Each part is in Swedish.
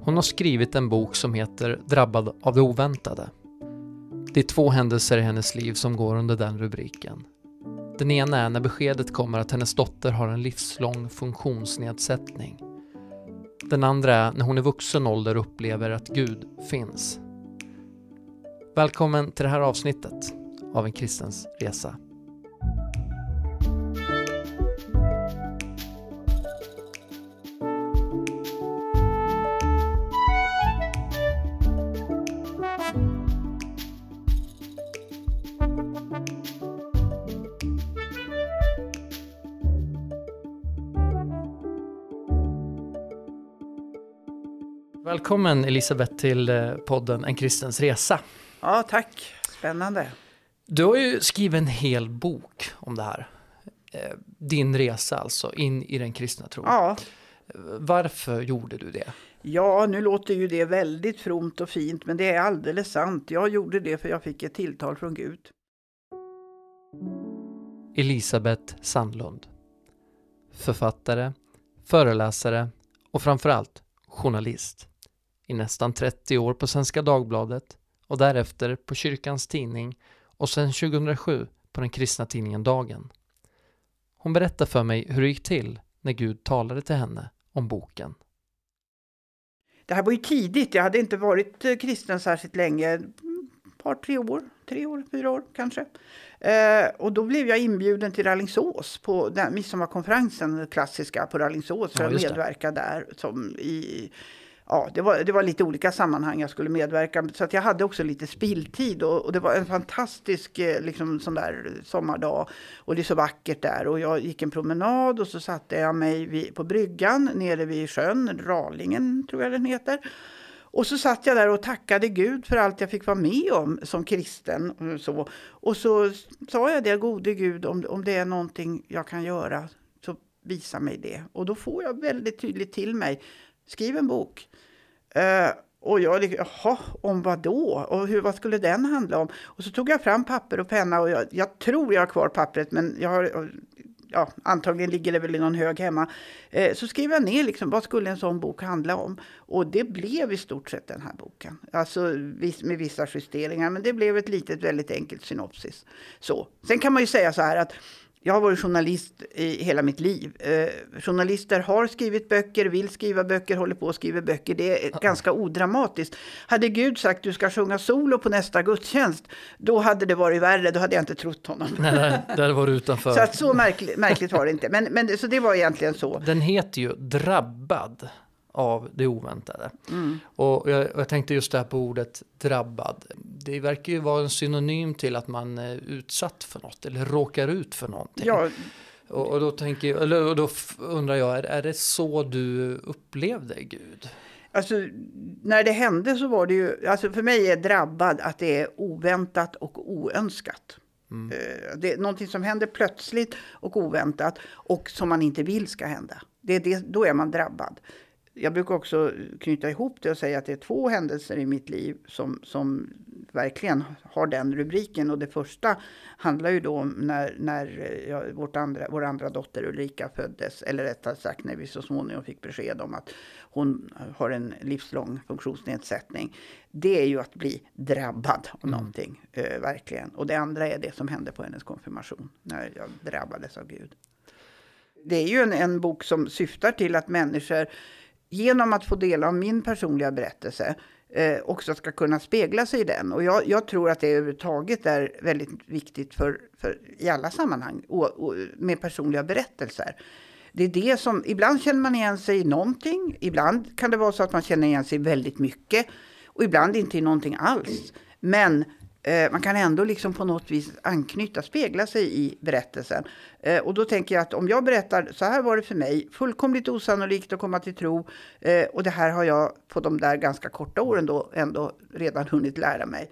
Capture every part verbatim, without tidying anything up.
Hon har skrivit en bok som heter Drabbad av det oväntade. Det är två händelser i hennes liv som går under den rubriken. Den ena är när beskedet kommer att hennes dotter har en livslång funktionsnedsättning. Den andra är när hon i vuxen ålder upplever att Gud finns. Välkommen till det här avsnittet av En kristens resa. Välkommen Elisabeth till podden En kristens resa. Ja, tack. Spännande. Du har ju skrivit en hel bok om det här. Din resa alltså, in i den kristna tron. Ja. Varför gjorde du det? Ja, nu låter ju det väldigt fromt och fint, men det är alldeles sant. Jag gjorde det för jag fick ett tilltal från Gud. Elisabeth Sandlund. Författare, föreläsare och framförallt journalist. I nästan trettio år på Svenska Dagbladet och därefter på Kyrkans tidning och sedan tjugohundrasju på den kristna tidningen Dagen. Hon berättar för mig hur det gick till när Gud talade till henne om boken. Det här var ju tidigt. Jag hade inte varit kristen särskilt länge. Ett par, tre år. Tre år, fyra år kanske. Eh, och då blev jag inbjuden till Rallingsås på den midsommarkonferensen, den klassiska på Rallingsås, för ja, att medverka där. Som i, ja, det, var, det var lite olika sammanhang jag skulle medverka. Så att jag hade också lite spilltid. Och, och det var en fantastisk liksom, sån där sommardag. Och det är så vackert där. Och jag gick en promenad och så satte jag mig vid, på bryggan nere vid sjön, Ralingen tror jag den heter. Och så satt jag där och tackade Gud för allt jag fick vara med om som kristen. Och så, och så sa jag det, gode Gud, om, om det är någonting jag kan göra så visa mig det. Och då får jag väldigt tydligt till mig, skriv en bok. Uh, och jag liksom, jaha, om vad då? Och hur, vad skulle den handla om? Och så tog jag fram papper och penna och jag, jag tror jag har kvar pappret, men jag har... Ja, antagligen ligger det väl i någon hög hemma. Eh, så skrev jag ner liksom, vad skulle en sån bok handla om. Och det blev i stort sett den här boken. Alltså med vissa justeringar. Men det blev ett litet, väldigt enkelt synopsis. Så. Sen kan man ju säga så här att jag har varit journalist i hela mitt liv. Eh, journalister har skrivit böcker, vill skriva böcker, håller på att skriva böcker. Det är ganska odramatiskt. Hade Gud sagt du ska sjunga solo på nästa gudstjänst, då hade det varit värre. Då hade jag inte trott honom. Nej, nej, där var du utanför. Så att så märkligt, märkligt var det inte. Men, men så det var egentligen så. Den heter ju Drabbad av det oväntade. Mm. Och jag, jag tänkte just det här på ordet drabbad. Det verkar ju vara en synonym till att man är utsatt för något eller råkar ut för någonting. Ja. Och, och då tänker jag, eller, och då undrar jag, är, är det så du upplevde Gud? Alltså när det hände så var det ju, alltså för mig är drabbad att det är oväntat och oönskat. Mm. Det är någonting som händer plötsligt och oväntat och som man inte vill ska hända. Det är det, då är man drabbad. Jag brukar också knyta ihop det och säga att det är två händelser i mitt liv som, som verkligen har den rubriken. Och det första handlar ju då om när, när jag, vårt andra, vår andra dotter Ulrika föddes. Eller rättare sagt när vi så småningom fick besked om att hon har en livslång funktionsnedsättning. Det är ju att bli drabbad av någonting, mm. eh, verkligen. Och det andra är det som hände på hennes konfirmation när jag drabbades av Gud. Det är ju en, en bok som syftar till att människor genom att få del av min personliga berättelse eh, också ska kunna spegla sig i den. Och jag, jag tror att det överhuvudtaget är väldigt viktigt för, för i alla sammanhang och, och med personliga berättelser. Det är det som, ibland känner man igen sig i någonting, ibland kan det vara så att man känner igen sig väldigt mycket och ibland inte i någonting alls. Men eh, man kan ändå liksom på något vis anknyta, spegla sig i berättelsen. Eh, och då tänker jag att om jag berättar, så här var det för mig, fullkomligt osannolikt att komma till tro. Eh, och det här har jag på de där ganska korta åren då ändå redan hunnit lära mig.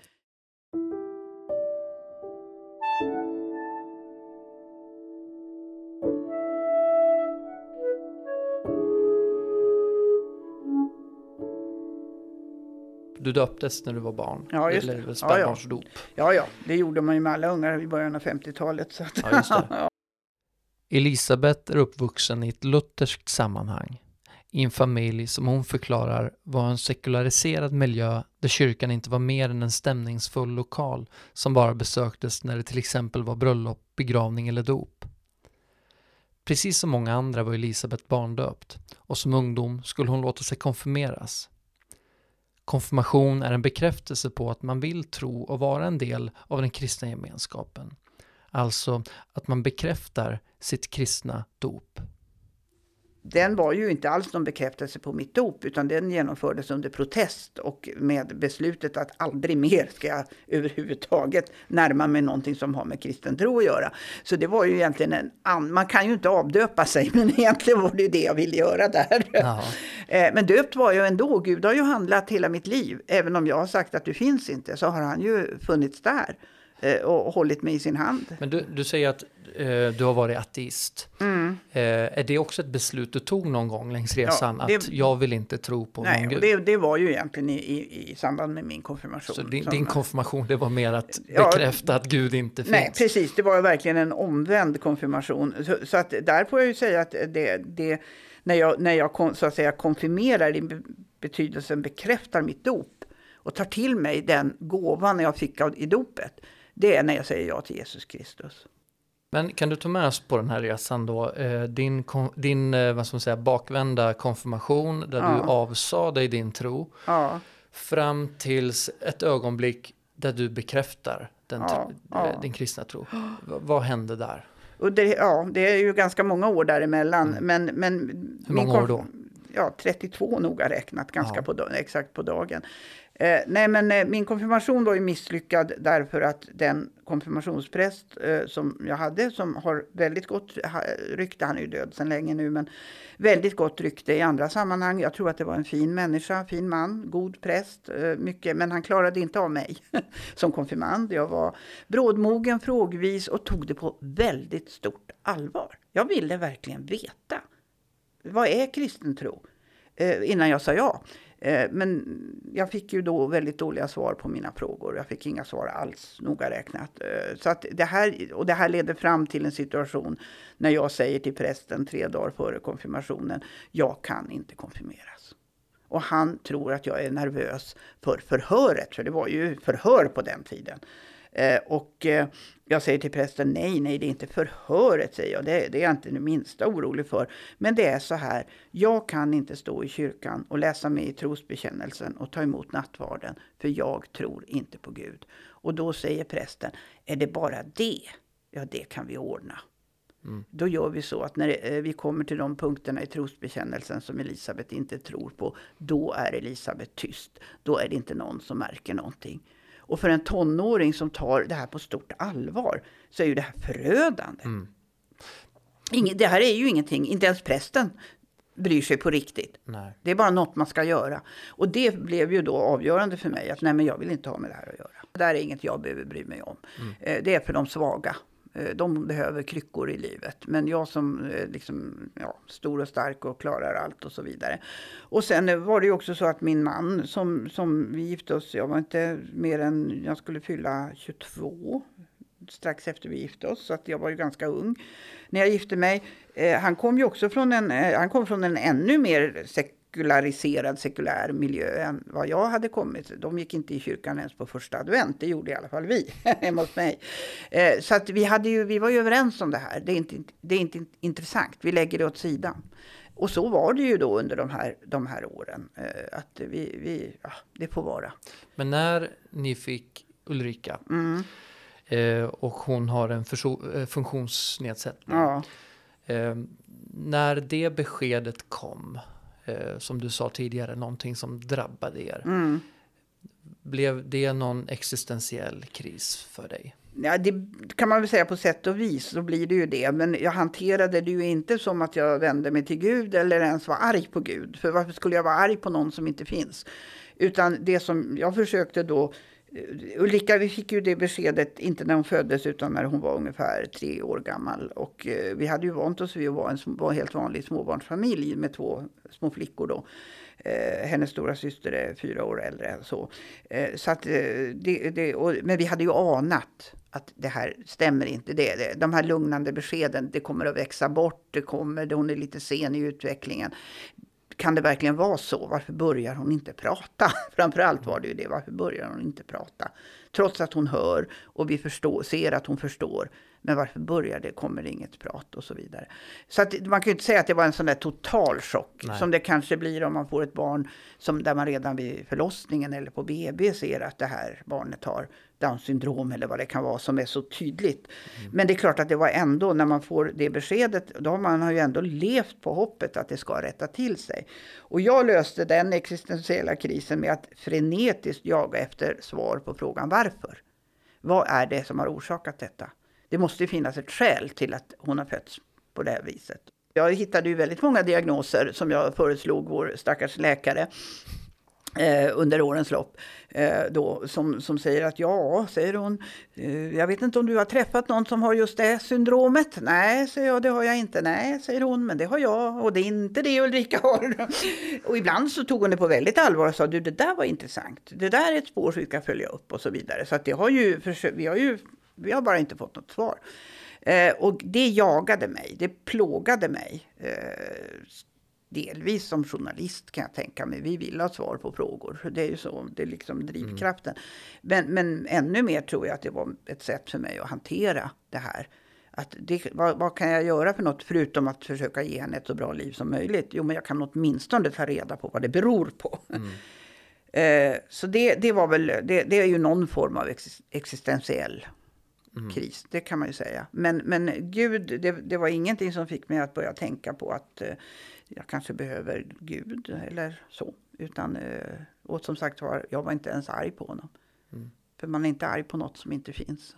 Du döptes när du var barn. Ja, just det. Eller spädbarnsdop. Ja, ja. ja, det gjorde man ju med alla ungar i början av femtiotalet. Så att... ja, just det. Elisabeth är uppvuxen i ett lutherskt sammanhang. i en familj som hon förklarar var en sekulariserad miljö där kyrkan inte var mer än en stämningsfull lokal som bara besöktes när det till exempel var bröllop, begravning eller dop. Precis som många andra var Elisabeth barndöpt och som ungdom skulle hon låta sig konfirmeras. Konfirmation är en bekräftelse på att man vill tro och vara en del av den kristna gemenskapen. Alltså att man bekräftar sitt kristna dop. Den var ju inte alls någon bekräftelse på mitt dop, utan den genomfördes under protest och med beslutet att aldrig mer ska jag överhuvudtaget närma mig någonting som har med kristen tro att göra. Så det var ju egentligen en an- man kan ju inte avdöpa sig, men egentligen var det ju det jag ville göra där. Men döpt var jag ändå. Gud har ju handlat hela mitt liv. Även om jag har sagt att du finns inte, så har han ju funnits där och hållit mig i sin hand. Men du, du säger att eh, du har varit ateist. Mm. Eh, är det också ett beslut du tog någon gång längs resan? Ja, det, att jag vill inte tro på nej, någon Gud? Det, det var ju egentligen i, i, i samband med min konfirmation. Så din, som, din konfirmation, det var mer att bekräfta ja, att Gud inte finns? Nej, precis. Det var verkligen en omvänd konfirmation. Så, så att där får jag ju säga att det, det, när jag, när jag så att säga konfirmerar i betydelsen bekräftar mitt dop och tar till mig den gåvan jag fick av, i dopet. Det är när jag säger ja till Jesus Kristus. Men kan du ta med oss på den här resan då? Din, din vad ska man säga, bakvända konfirmation där ja. du avsade dig din tro. Ja. Fram tills ett ögonblick där du bekräftar den, ja. Ja. din kristna tro. V- vad hände där? Och det, ja, det är ju ganska många år däremellan. Mm. Men, men Hur många år då? Ja, trettiotvå noga räknat, ganska ja. på, exakt på dagen. Eh, nej men eh, min konfirmation var ju misslyckad därför att den konfirmationspräst eh, som jag hade, som har väldigt gott ha, rykte, han är ju död sedan länge nu, men väldigt gott rykte i andra sammanhang. Jag tror att det var en fin människa, fin man, god präst, eh, mycket, men han klarade inte av mig som konfirmand. Jag var brådmogen, frågvis och tog det på väldigt stort allvar. Jag ville verkligen veta, vad är kristen tro? Eh, innan jag sa ja. Men jag fick ju då väldigt dåliga svar på mina frågor. Jag fick inga svar alls, noga räknat. Så att det här, och det här leder fram till en situation när jag säger till prästen tre dagar före konfirmationen: jag kan inte konfirmeras. Och han tror att jag är nervös för förhöret, för det var ju förhör på den tiden. Och jag säger till prästen: nej, nej, det är inte förhöret, säger jag. Det, det är jag inte det minsta orolig för. Men det är så här, jag kan inte stå i kyrkan och läsa med i trosbekännelsen och ta emot nattvarden, för jag tror inte på Gud. Och då säger prästen: är det bara det? Ja, det kan vi ordna. Mm. Då gör vi så att när vi kommer till de punkterna i trosbekännelsen som Elisabeth inte tror på, då är Elisabeth tyst. Då är det inte någon som märker någonting. Och för en tonåring som tar det här på stort allvar så är ju det här förödande. Mm. Inge, det här är ju ingenting, inte ens prästen bryr sig på riktigt. Nej. Det är bara något man ska göra. Och det blev ju då avgörande för mig att nej, men jag vill inte ha med det här att göra. Det här är inget jag behöver bry mig om. Mm. Det är för de svaga. De behöver kryckor i livet. Men jag som liksom, ja, stor och stark och klarar allt och så vidare. Och sen var det ju också så att min man som, som vi gifte oss, jag var inte mer än, jag skulle fylla tjugotvå strax efter vi gifte oss. Så att jag var ju ganska ung när jag gifte mig. Eh, han kom ju också från en, eh, han kom från en ännu mer sekulariserad, sekulär miljö än vad jag hade kommit. De gick inte i kyrkan ens på första advent. Det gjorde i alla fall vi hemma hos mig. Eh, så att vi, hade ju, vi var ju överens om det här. Det är, inte, det är inte intressant. Vi lägger det åt sidan. Och så var det ju då under de här, de här åren. Eh, att vi, vi, ja, det får vara. Men när ni fick Ulrika mm. eh, och hon har en förso- funktionsnedsättning. Ja. Eh, när det beskedet kom, Eh, som du sa tidigare, någonting som drabbade er. Mm. Blev det någon existentiell kris för dig? Ja, det kan man väl säga på sätt och vis, så blir det ju det. Men jag hanterade det ju inte som att jag vände mig till Gud eller ens var arg på Gud. För varför skulle jag vara arg på någon som inte finns? Utan det som jag försökte då, Ulrika, vi fick ju det beskedet inte när hon föddes utan när hon var ungefär tre år gammal. Och eh, vi hade ju vant oss vid att vara en var helt vanlig småbarnsfamilj med två små flickor då. Eh, hennes stora syster är fyra år äldre. Så, eh, så att, eh, det, det, och, men vi hade ju anat att det här stämmer inte. Det, det, de här lugnande beskeden, det kommer att växa bort. Det kommer, hon är lite sen i utvecklingen. kan det verkligen vara så? Varför börjar hon inte prata? Framförallt var det ju det. Varför börjar hon inte prata? Trots att hon hör och vi förstår, ser att hon förstår. Men varför börjar det? Kommer det inget prat och så vidare. Så att, man kan ju inte säga att det var en sån där total chock. Nej. Som det kanske blir om man får ett barn som där man redan vid förlossningen eller på B B ser att det här barnet har Downs syndrom eller vad det kan vara som är så tydligt. Mm. Men det är klart att det var ändå, när man får det beskedet, då har man har ju ändå levt på hoppet att det ska rätta till sig. Och jag löste den existentiella krisen med att frenetiskt jaga efter svar på frågan varför. Vad är det som har orsakat detta? Det måste ju finnas ett skäl till att hon har fötts på det här viset. Jag hittade ju väldigt många diagnoser som jag föreslog vår stackars läkare eh, under årens lopp. Eh, då, som, som säger att ja, säger hon, eh, jag vet inte om du har träffat någon som har just det syndromet. Nej, säger jag, det har jag inte. Nej, säger hon, men det har jag. Och det är inte det Ulrika har. Och ibland så tog hon det på väldigt allvar och sa, du, det där var intressant. Det där är ett spår som vi ska följa upp och så vidare. Så att det har ju, vi har ju Vi har bara inte fått något svar. Eh, och det jagade mig. Det plågade mig. Eh, delvis som journalist kan jag tänka mig. Vi vill ha svar på frågor. Det är ju så. Det är liksom drivkraften. Mm. Men, men ännu mer tror jag att det var ett sätt för mig att hantera det här. Att det, vad, vad kan jag göra för något förutom att försöka ge henne ett så bra liv som möjligt? Jo, men jag kan åtminstone ta reda på vad det beror på. Mm. eh, så det, det var väl, det, det är ju någon form av ex, existentiell Mm. kris, det kan man ju säga. Men, men Gud, det, det var ingenting som fick mig att börja tänka på att eh, jag kanske behöver Gud eller så. Utan, eh, och som sagt var, jag var inte ens arg på honom. Mm. För man är inte arg på något som inte finns.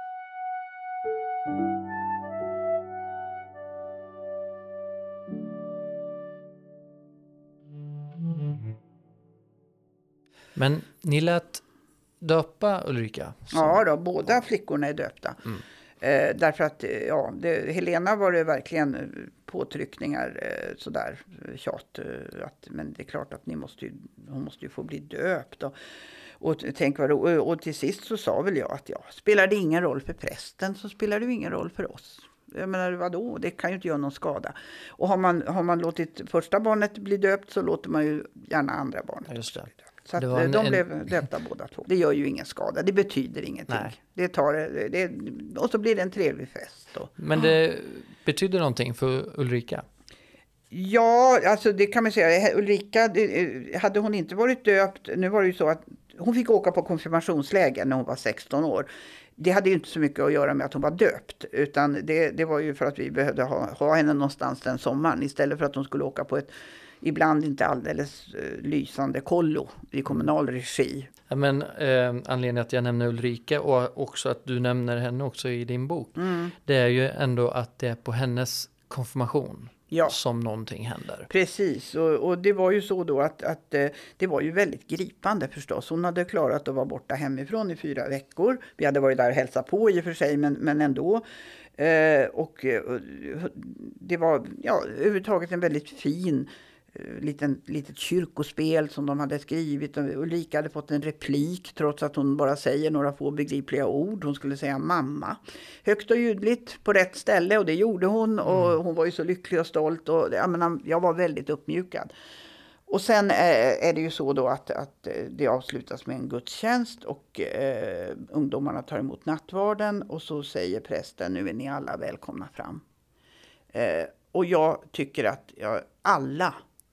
Men ni lät döpa Ulrika? Så. Ja då, båda flickorna är döpta. Mm. Eh, därför att, ja, det, Helena var det verkligen påtryckningar, eh, sådär, tjat. Eh, att, men det är klart att ni måste ju, hon måste ju få bli döpt. Och, och, tänk vad, och, och till sist så sa väl jag att ja, spelar det ingen roll för prästen så spelar det ju ingen roll för oss. Jag menar, vadå? Det kan ju inte göra någon skada. Och har man, har man låtit första barnet bli döpt så låter man ju gärna andra barnet ja, just det. bli döpt. Så att en, de en... blev döpta båda två. Det gör ju ingen skada. Det betyder ingenting. Nej. Det tar, det, och så blir det en trevlig fest. Då. Men det betyder någonting för Ulrika? Ja, alltså det kan man säga. Ulrika, det, hade hon inte varit döpt... Nu var det ju så att hon fick åka på konfirmationsläger när hon var sexton år. Det hade ju inte så mycket att göra med att hon var döpt. Utan det, det var ju för att vi behövde ha, ha henne någonstans den sommaren. Istället för att hon skulle åka på ett... ibland inte alldeles uh, lysande kollo i kommunal regi. Ja, men eh, anledningen att jag nämner Ulrika och också att du nämner henne också i din bok. Mm. Det är ju ändå att det är på hennes konfirmation ja. som någonting händer. Precis, och, och det var ju så då att, att eh, det var ju väldigt gripande förstås. Hon hade klarat att vara borta hemifrån i fyra veckor. Vi hade varit där och hälsat på i och för sig, men, men ändå. Eh, och eh, det var ja, överhuvudtaget en väldigt fin liten, litet kyrkospel som de hade skrivit. Ulrika hade fått en replik trots att hon bara säger några få begripliga ord. Hon skulle säga mamma. Högt och ljudligt på rätt ställe och det gjorde hon. Och mm. hon var ju så lycklig och stolt. Och, jag, menar, jag var väldigt uppmjukad. Och sen är det ju så då att, att det avslutas med en gudstjänst och eh, ungdomarna tar emot nattvarden och så säger prästen nu är ni alla välkomna fram. Eh, och jag tycker att ja, alla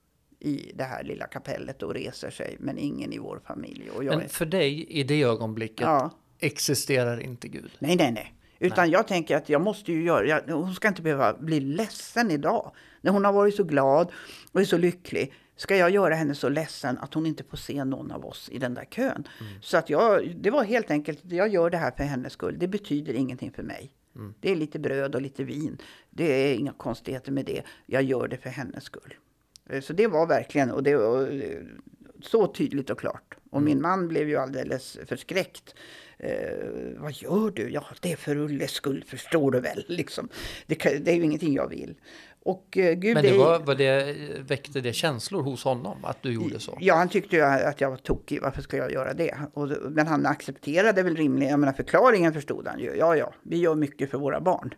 i det här lilla kapellet och reser sig men ingen i vår familj. Och jag men för dig i det ögonblicket ja. existerar inte Gud? Nej, nej, nej. Utan nej. jag tänker att jag måste ju göra, jag, hon ska inte behöva bli ledsen idag. När hon har varit så glad och är så lycklig. Ska jag göra henne så ledsen att hon inte får se någon av oss i den där kön. Mm. Så att jag, det var helt enkelt, jag gör det här för hennes skull. Det betyder ingenting för mig. Mm. Det är lite bröd och lite vin. Det är inga konstigheter med det. Jag gör det för hennes skull. Så det var verkligen, och det var så tydligt och klart. Och mm. min man blev ju alldeles förskräckt. Eh, vad gör du? Ja, det är för Ulles skull, förstår du väl. Liksom. Det, kan, det är ju ingenting jag vill. Och, eh, Gud, men det var, var det, väckte det känslor hos honom att du gjorde så? Ja, han tyckte ju att jag var tokig. Varför ska jag göra det? Och, men han accepterade väl rimligen. Jag menar, förklaringen förstod han ju. Ja, ja, vi gör mycket för våra barn.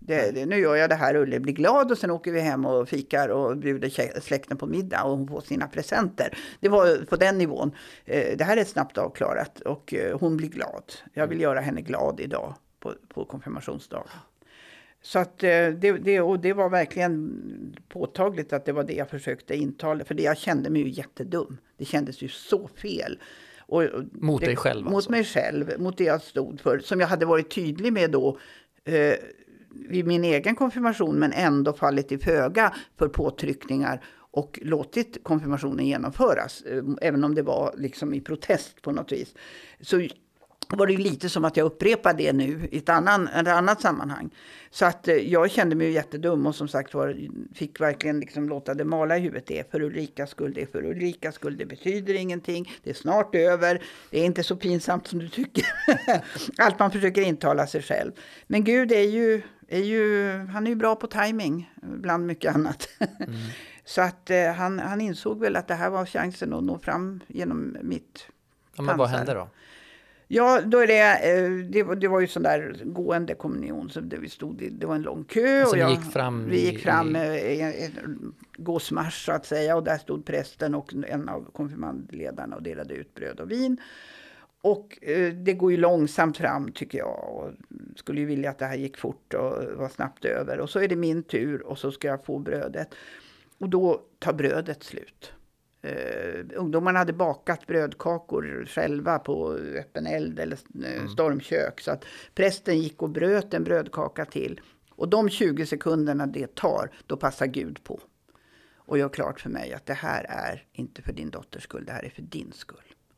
Det, det, nu gör jag det här, Ulle blir glad och sen åker vi hem och fikar och bjuder släkten på middag och hon får sina presenter. Det var på den nivån. Eh, det här är snabbt avklarat och eh, hon blir glad. Jag vill göra henne glad idag på, på konfirmationsdagen. Så att det, det, och det var verkligen påtagligt att det var det jag försökte intala. För det jag kände mig ju jättedum. Det kändes ju så fel. Och, mot det, dig själv Mot alltså. mig själv, mot det jag stod för. Som jag hade varit tydlig med då eh, vid min egen konfirmation. Men ändå fallit i föga för påtryckningar. Och låtit konfirmationen genomföras. Eh, även om det var liksom i protest på något vis. Så var det ju lite som att jag upprepade det nu i ett, annan, ett annat sammanhang. Så att eh, jag kände mig jättedum och som sagt var, fick verkligen liksom låta det mala i huvudet. Det är för Ulrikas skull, det är för Ulrikas skull, det betyder ingenting. Det är snart över, det är inte så pinsamt som du tycker. Allt man försöker intala sig själv. Men Gud är ju, är ju, han är ju bra på timing bland mycket annat. Mm. Så att eh, han, han insåg väl att det här var chansen att nå fram genom mitt ja, men vad hände då? Ja, då är det, det, var, det var ju sån där gående kommunion. Så det, vi stod i, det var en lång kö. Alltså, och jag, gick fram vi gick fram i, i en, en gåsmarsch så att säga. Och där stod prästen och en av konfirmandledarna och delade ut bröd och vin. Och eh, det går ju långsamt fram tycker jag. Och skulle ju vilja att det här gick fort och var snabbt över. Och så är det min tur och så ska jag få brödet. Och då tar brödet slut. Uh, ungdomarna hade bakat brödkakor själva på öppen eld eller uh, stormkök. Så att prästen gick och bröt en brödkaka till. Och de tjugo sekunderna det tar, då passar Gud på. Och gör klart för mig att det här är inte för din dotters skull, det här är för din skull.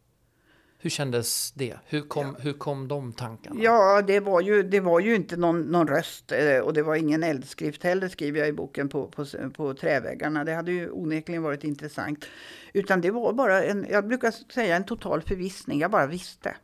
Hur kändes det? Hur kom, ja. hur kom de tankarna? Ja, det var ju, det var ju inte någon, någon röst och det var ingen eldskrift heller, skriver jag i boken på, på, på träväggarna. Det hade ju onekligen varit intressant. Utan det var bara en, jag brukar säga en total förvissning. Jag bara visste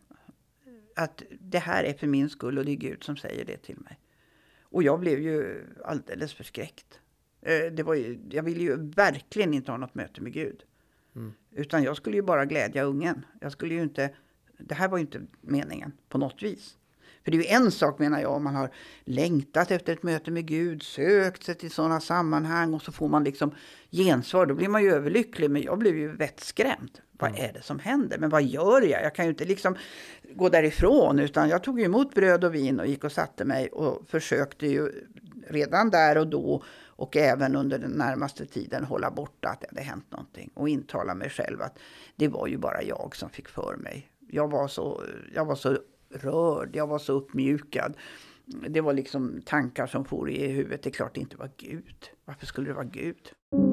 att det här är för min skull och det är Gud som säger det till mig. Och jag blev ju alldeles förskräckt. Det var ju, jag ville ju verkligen inte ha något möte med Gud. Mm. Utan jag skulle ju bara glädja ungen. Jag skulle ju inte, det här var ju inte meningen på något vis. För det är ju en sak menar jag om man har längtat efter ett möte med Gud, sökt sig till sådana sammanhang och så får man liksom gensvar. Då blir man ju överlycklig, men jag blev ju vettskrämd. Mm. Vad är det som händer? Men vad gör jag? Jag kan ju inte liksom gå därifrån utan jag tog emot bröd och vin och gick och satte mig och försökte ju redan där och då och även under den närmaste tiden hålla borta att det hade hänt någonting. Och intala mig själv att det var ju bara jag som fick för mig. Jag var så, jag var så rörd, jag var så uppmjukad. Det var liksom tankar som for i huvudet. Det är klart det inte var Gud. Varför skulle det vara Gud?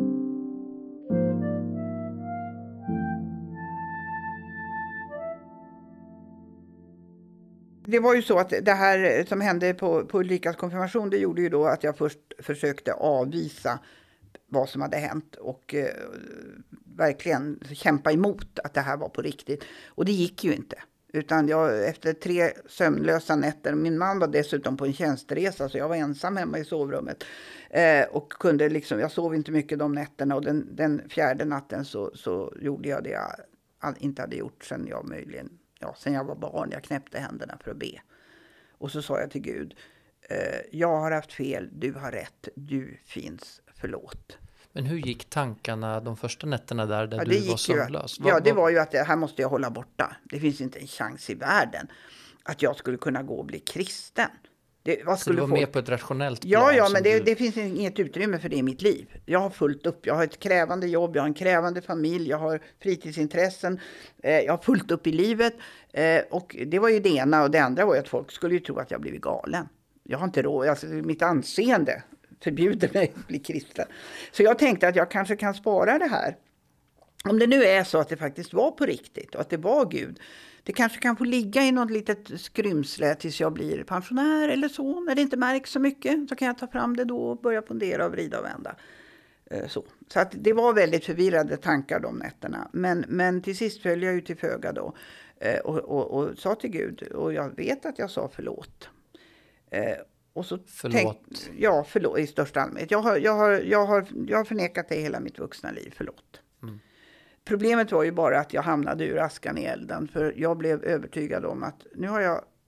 Det var ju så att det här som hände på, på Ulrikas konfirmation, det gjorde ju då att jag först försökte avvisa vad som hade hänt och eh, verkligen kämpa emot att det här var på riktigt. Och det gick ju inte. Utan jag, efter tre sömnlösa nätter, min man var dessutom på en tjänsteresa så jag var ensam hemma i sovrummet. Eh, och kunde liksom, jag sov inte mycket de nätterna och den, den fjärde natten så, så gjorde jag det jag inte hade gjort sen jag möjligen, ja sen jag var barn. Jag knäppte händerna för att be. Och så sa jag till Gud, eh, jag har haft fel, du har rätt, du finns, förlåt. Men hur gick tankarna de första nätterna där, där ja, du var sömnlös? Ja, det var ju att det här måste jag hålla borta. Det finns inte en chans i världen att jag skulle kunna gå och bli kristen. Det, vad skulle så du var folk... med på ett rationellt plan? Ja, ja men det, du... det finns inget utrymme för det i mitt liv. Jag har fullt upp. Jag har ett krävande jobb, jag har en krävande familj, jag har fritidsintressen. Eh, jag har fullt upp i livet. Eh, och det var ju det ena och det andra var ju att folk skulle ju tro att jag blivit galen. Jag har inte råd, alltså mitt anseende förbjuder mig att bli kristen. Så jag tänkte att jag kanske kan spara det här. Om det nu är så att det faktiskt var på riktigt och att det var Gud. Det kanske kan få ligga i något litet skrymsle tills jag blir pensionär eller så. När det inte märks så mycket så kan jag ta fram det då och börja fundera och vrida och vända. Så, så att det var väldigt förvirrade tankar de nätterna. Men, men till sist föll jag ju till föga då. Och, och, och sa till Gud. Och jag vet att jag sa förlåt. Och så förlåt? Tänk, ja, förlåt i största allmänhet. Jag har, jag, har, jag, har, jag har förnekat det hela mitt vuxna liv. Förlåt. Mm. Problemet var ju bara att jag hamnade ur askan i elden. För jag blev övertygad om att nu har jag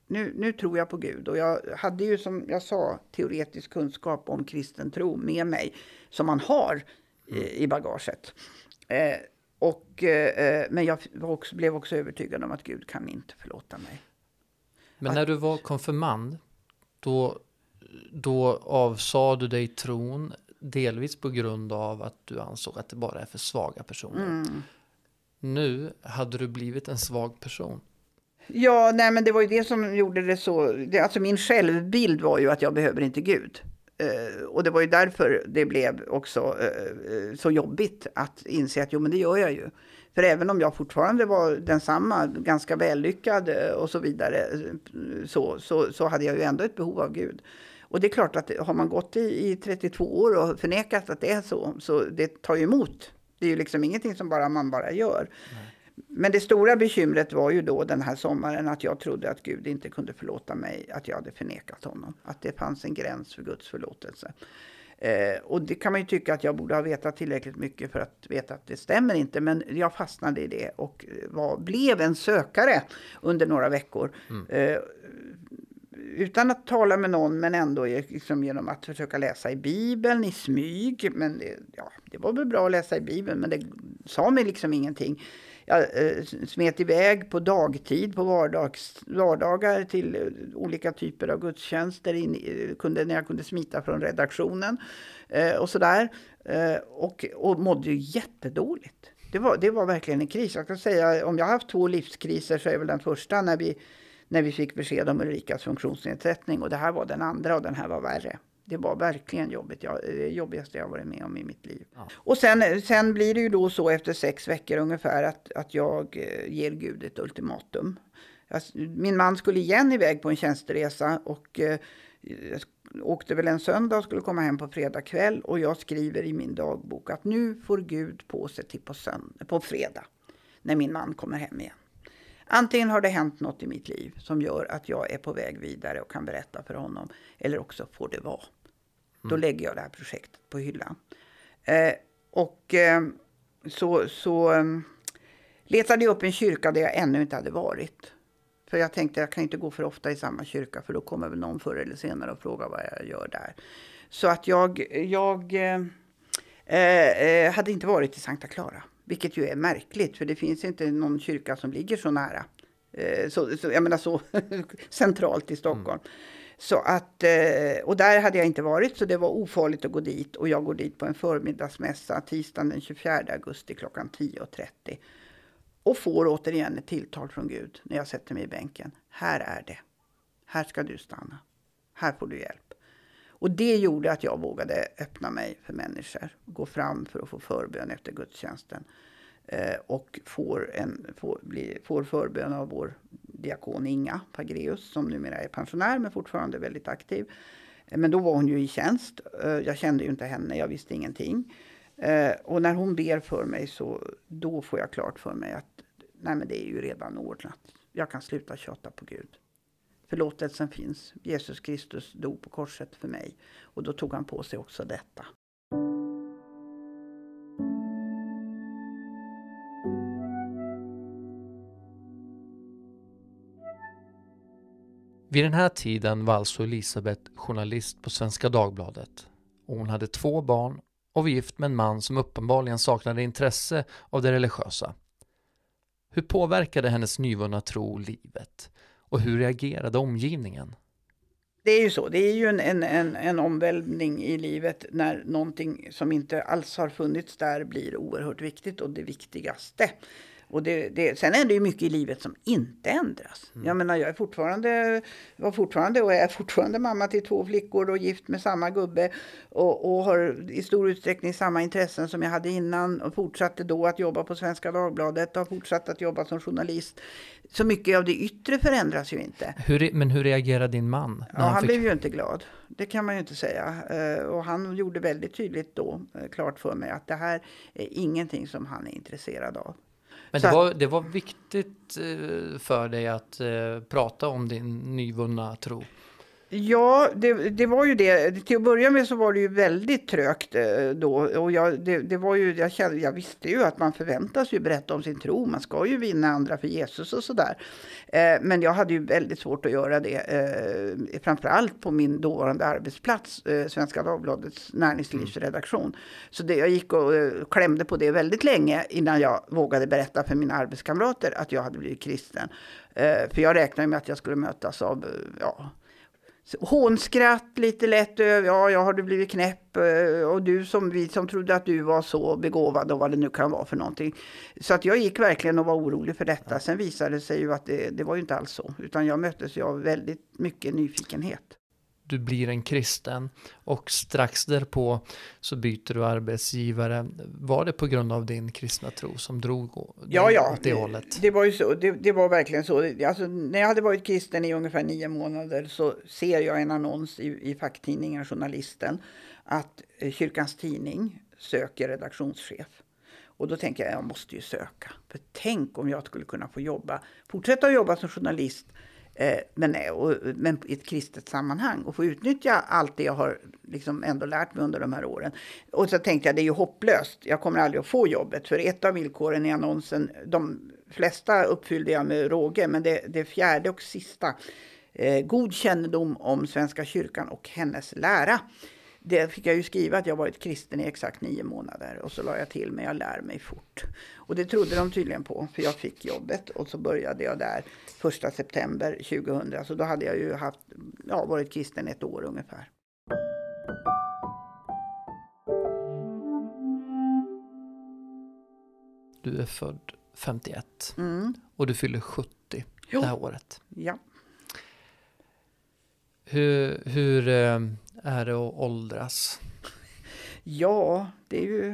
nu, nu tror jag på Gud. Och jag hade ju som jag sa teoretisk kunskap om kristen tro med mig. Som man har mm. i, i bagaget. Eh, och, eh, men jag var också, blev också övertygad om att Gud kan inte förlåta mig. Men att, när du var konfirmand, då, då avsade du dig tron delvis på grund av att du ansåg att det bara är för svaga personer. Mm. Nu hade du blivit en svag person. Ja, nej men det var ju det som gjorde det så. Det, alltså min självbild var ju att jag behöver inte Gud. Uh, och det var ju därför det blev också uh, så jobbigt att inse att jo men det gör jag ju. För även om jag fortfarande var densamma, ganska vällyckad och så vidare, så, så, så hade jag ju ändå ett behov av Gud. Och det är klart att har man gått i, i trettiotvå år och förnekat att det är så, så det tar ju emot. Det är ju liksom ingenting som bara man bara gör. Nej. Men det stora bekymret var ju då den här sommaren att jag trodde att Gud inte kunde förlåta mig, att jag hade förnekat honom. Att det fanns en gräns för Guds förlåtelse. Eh, och det kan man ju tycka att jag borde ha vetat tillräckligt mycket för att veta att det stämmer inte. Men jag fastnade i det och var, blev en sökare under några veckor. Mm. Eh, utan att tala med någon, men ändå liksom genom att försöka läsa i Bibeln i smyg. Men det, ja, det var väl bra att läsa i Bibeln, men det sa mig liksom ingenting. Jag eh, smet iväg på dagtid, på vardags, vardagar till eh, olika typer av gudstjänster in, eh, kunde, när jag kunde smita från redaktionen eh, och sådär. Eh, och, och mådde ju jättedåligt. Det var, det var verkligen en kris. Jag kan säga, om jag har haft två livskriser så är väl den första när vi, när vi fick besked om Ulrikas funktionsnedsättning. Och det här var den andra och den här var värre. Det var verkligen jobbigt. Jag, det jobbigaste jag varit med om i mitt liv. Ja. Och sen, sen blir det ju då så efter sex veckor ungefär att, att jag eh, ger Gud ett ultimatum. Jag, min man skulle igen iväg på en tjänsteresa och eh, åkte väl en söndag och skulle komma hem på fredag kväll. Och jag skriver i min dagbok att nu får Gud på sig till på, söndag, på fredag när min man kommer hem igen. Antingen har det hänt något i mitt liv som gör att jag är på väg vidare och kan berätta för honom. Eller också får det vara. Mm. Då lägger jag det här projektet på hyllan. Eh, och eh, så, så eh, letade jag upp en kyrka där jag ännu inte hade varit. För jag tänkte jag kan inte gå för ofta i samma kyrka. För då kommer väl någon förr eller senare och fråga vad jag gör där. Så att jag, jag eh, eh, hade inte varit i Sankta Clara. Vilket ju är märkligt, för det finns inte någon kyrka som ligger så nära. Eh, så, så, jag menar så centralt i Stockholm. Mm. Så att, eh, och där hade jag inte varit, så det var ofarligt att gå dit. Och jag går dit på en förmiddagsmässa tisdagen den tjugofjärde augusti klockan tio och trettio. Och får återigen ett tilltal från Gud när jag sätter mig i bänken. Här är det. Här ska du stanna. Här får du hjälp. Och det gjorde att jag vågade öppna mig för människor. Gå fram för att få förbön efter gudstjänsten. Eh, och får, en, får, bli, får förbön av vår diakon Inga Pagreus. Som numera är pensionär men fortfarande väldigt aktiv. Eh, men då var hon ju i tjänst. Eh, jag kände ju inte henne, jag visste ingenting. Eh, och när hon ber för mig så då får jag klart för mig att nej men det är ju redan ordnat. Jag kan sluta tjata på Gud. Förlåtelsen finns. Jesus Kristus dog på korset för mig. Och då tog han på sig också detta. Vid den här tiden var alltså Elisabeth journalist på Svenska Dagbladet. Och hon hade två barn och var gift med en man som uppenbarligen saknade intresse av det religiösa. Hur påverkade hennes nyvunna tro livet? Och hur reagerade omgivningen? Det är ju så. Det är ju en, en, en, en omvälvning i livet när någonting som inte alls har funnits där blir oerhört viktigt och det viktigaste. Och det, det, sen är det ju mycket i livet som inte ändras. Mm. Jag menar, jag är fortfarande, var fortfarande och är fortfarande mamma till två flickor och gift med samma gubbe. Och, och har i stor utsträckning samma intressen som jag hade innan. Och fortsatte då att jobba på Svenska Dagbladet och har fortsatt att jobba som journalist. Så mycket av det yttre förändras ju inte. Hur, men hur reagerade din man? Ja, han, han fick... blev ju inte glad. Det kan man ju inte säga. Uh, och han gjorde väldigt tydligt då uh, klart för mig att det här är ingenting som han är intresserad av. Men det var, det var viktigt för dig att eh, prata om din nyvunna tro? Ja, det, det var ju det. Till att börja med så var det ju väldigt trögt då. Och jag, det, det var ju, jag, kände, jag visste ju att man förväntas ju berätta om sin tro. Man ska ju vinna andra för Jesus och sådär. Eh, men jag hade ju väldigt svårt att göra det. Eh, framförallt på min dåvarande arbetsplats, eh, Svenska Dagbladets näringslivsredaktion. Så det, jag gick och eh, klämde på det väldigt länge innan jag vågade berätta för mina arbetskamrater att jag hade blivit kristen. Eh, för jag räknade med att jag skulle mötas av, ja... hånskratt lite lätt över, ja jag har du blivit knäpp och du som vi som trodde att du var så begåvad och vad det nu kan vara för någonting. Så att jag gick verkligen och var orolig för detta. Ja. Sen visade det sig ju att det, det var ju inte alls så, utan jag möttes ju av väldigt mycket nyfikenhet. Du blir en kristen och strax därpå så byter du arbetsgivare. Var det på grund av din kristna tro som drog ja, ja, åt det hållet? Det, det var ju så. Det, det var verkligen så. Alltså, när jag hade varit kristen i ungefär nio månader så ser jag en annons i, i facktidningen Journalisten att Kyrkans Tidning söker redaktionschef. Och då tänker jag, jag måste ju söka. För tänk om jag skulle kunna få jobba, fortsätta att jobba som journalist. Eh, men, och, men i ett kristet sammanhang och få utnyttja allt det jag har liksom ändå lärt mig under de här åren. Och så tänkte jag, det är ju hopplöst. Jag kommer aldrig att få jobbet. För ett av villkoren i annonsen, de flesta uppfyllde jag med råge, men det, det fjärde och sista, eh, god kännedom om Svenska kyrkan och hennes lära. Det fick jag ju skriva att jag varit kristen i exakt nio månader. Och så la jag till mig, jag lär mig fort. Och det trodde de tydligen på, för jag fick jobbet. Och så började jag där första september tjugohundra. Så då hade jag ju haft, ja, varit kristen ett år ungefär. Du är född femtioett. Mm. Och du fyller sjuttio jo. Det här året. Ja. Hur, hur är det att åldras? Ja, det är ju...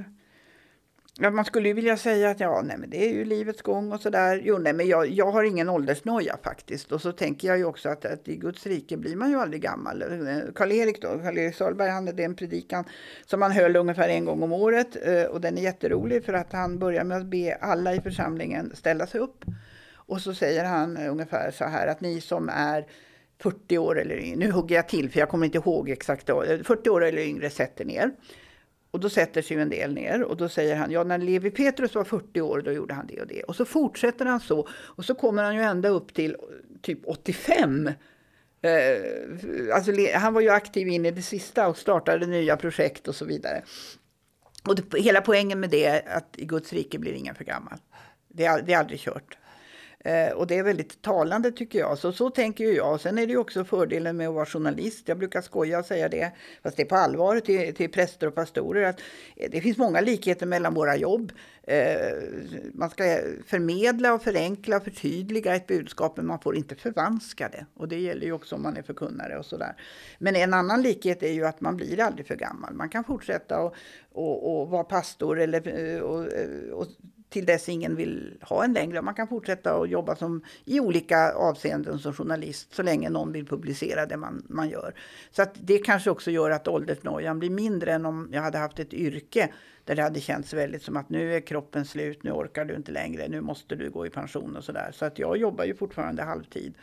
Ja, man skulle ju vilja säga att ja, nej, men det är ju livets gång och sådär. Jo, nej, men jag, jag har ingen åldersnoja faktiskt. Och så tänker jag ju också att, att i Guds rike blir man ju aldrig gammal. Karl-Erik då, Karl-Erik Sörberg, han hade en predikan som han höll ungefär en gång om året. Och den är jätterolig för att han börjar med att be alla i församlingen ställa sig upp. Och så säger han ungefär så här att ni som är fyrtio år eller yngre, nu hugger jag till för jag kommer inte ihåg exakt, fyrtio år eller yngre sätter ner. Och då sätter sig en del ner och då säger han, ja när Levi Petrus var fyrtio år då gjorde han det och det. Och så fortsätter han så och så kommer han ju ända upp till typ åttiofem. Eh, alltså, han var ju aktiv in i det sista och startade nya projekt och så vidare. Och det, hela poängen med det är att i Guds rike blir ingen för gammal. Det är, det är aldrig kört. Eh, och det är väldigt talande tycker jag. Så, så tänker ju jag. Sen är det ju också fördelen med att vara journalist. Jag brukar skoja och säga det. Fast det är på allvar till, till präster och pastorer. Att det finns många likheter mellan våra jobb. Eh, man ska förmedla och förenkla och förtydliga ett budskap. Men man får inte förvanska det. Och det gäller ju också om man är förkunnare och sådär. Men en annan likhet är ju att man blir aldrig för gammal. Man kan fortsätta och, och, och vara pastor eller... Och, och, till dess ingen vill ha en längre. Man kan fortsätta att jobba som, i olika avseenden som journalist så länge någon vill publicera det man, man gör. Så att det kanske också gör att åldersnojan blir mindre än om jag hade haft ett yrke där det hade känts väldigt som att nu är kroppen slut, nu orkar du inte längre, nu måste du gå i pension och sådär. Så att jag jobbar ju fortfarande halvtid.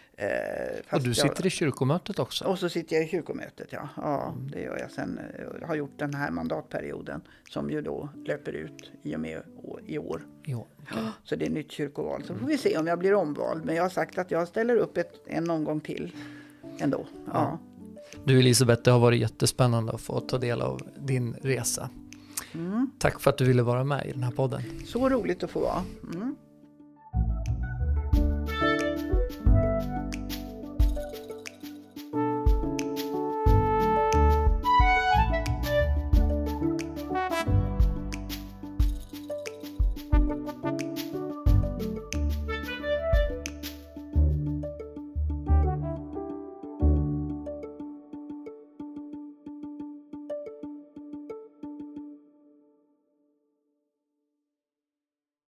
Eh, och du sitter jag, i kyrkomötet också? Och så sitter jag i kyrkomötet, ja. Ja, mm. Det gör jag sen. Jag har gjort den här mandatperioden som ju då löper ut i och med i år. I år. Okay. Så det är nytt kyrkoval. Så får vi se om jag blir omvald. Men jag har sagt att jag ställer upp ett, en omgång till ändå. Ja. Ja. Du Elisabeth, det har varit jättespännande att få ta del av din resa. Mm. Tack för att du ville vara med i den här podden. Så roligt att få vara. Mm.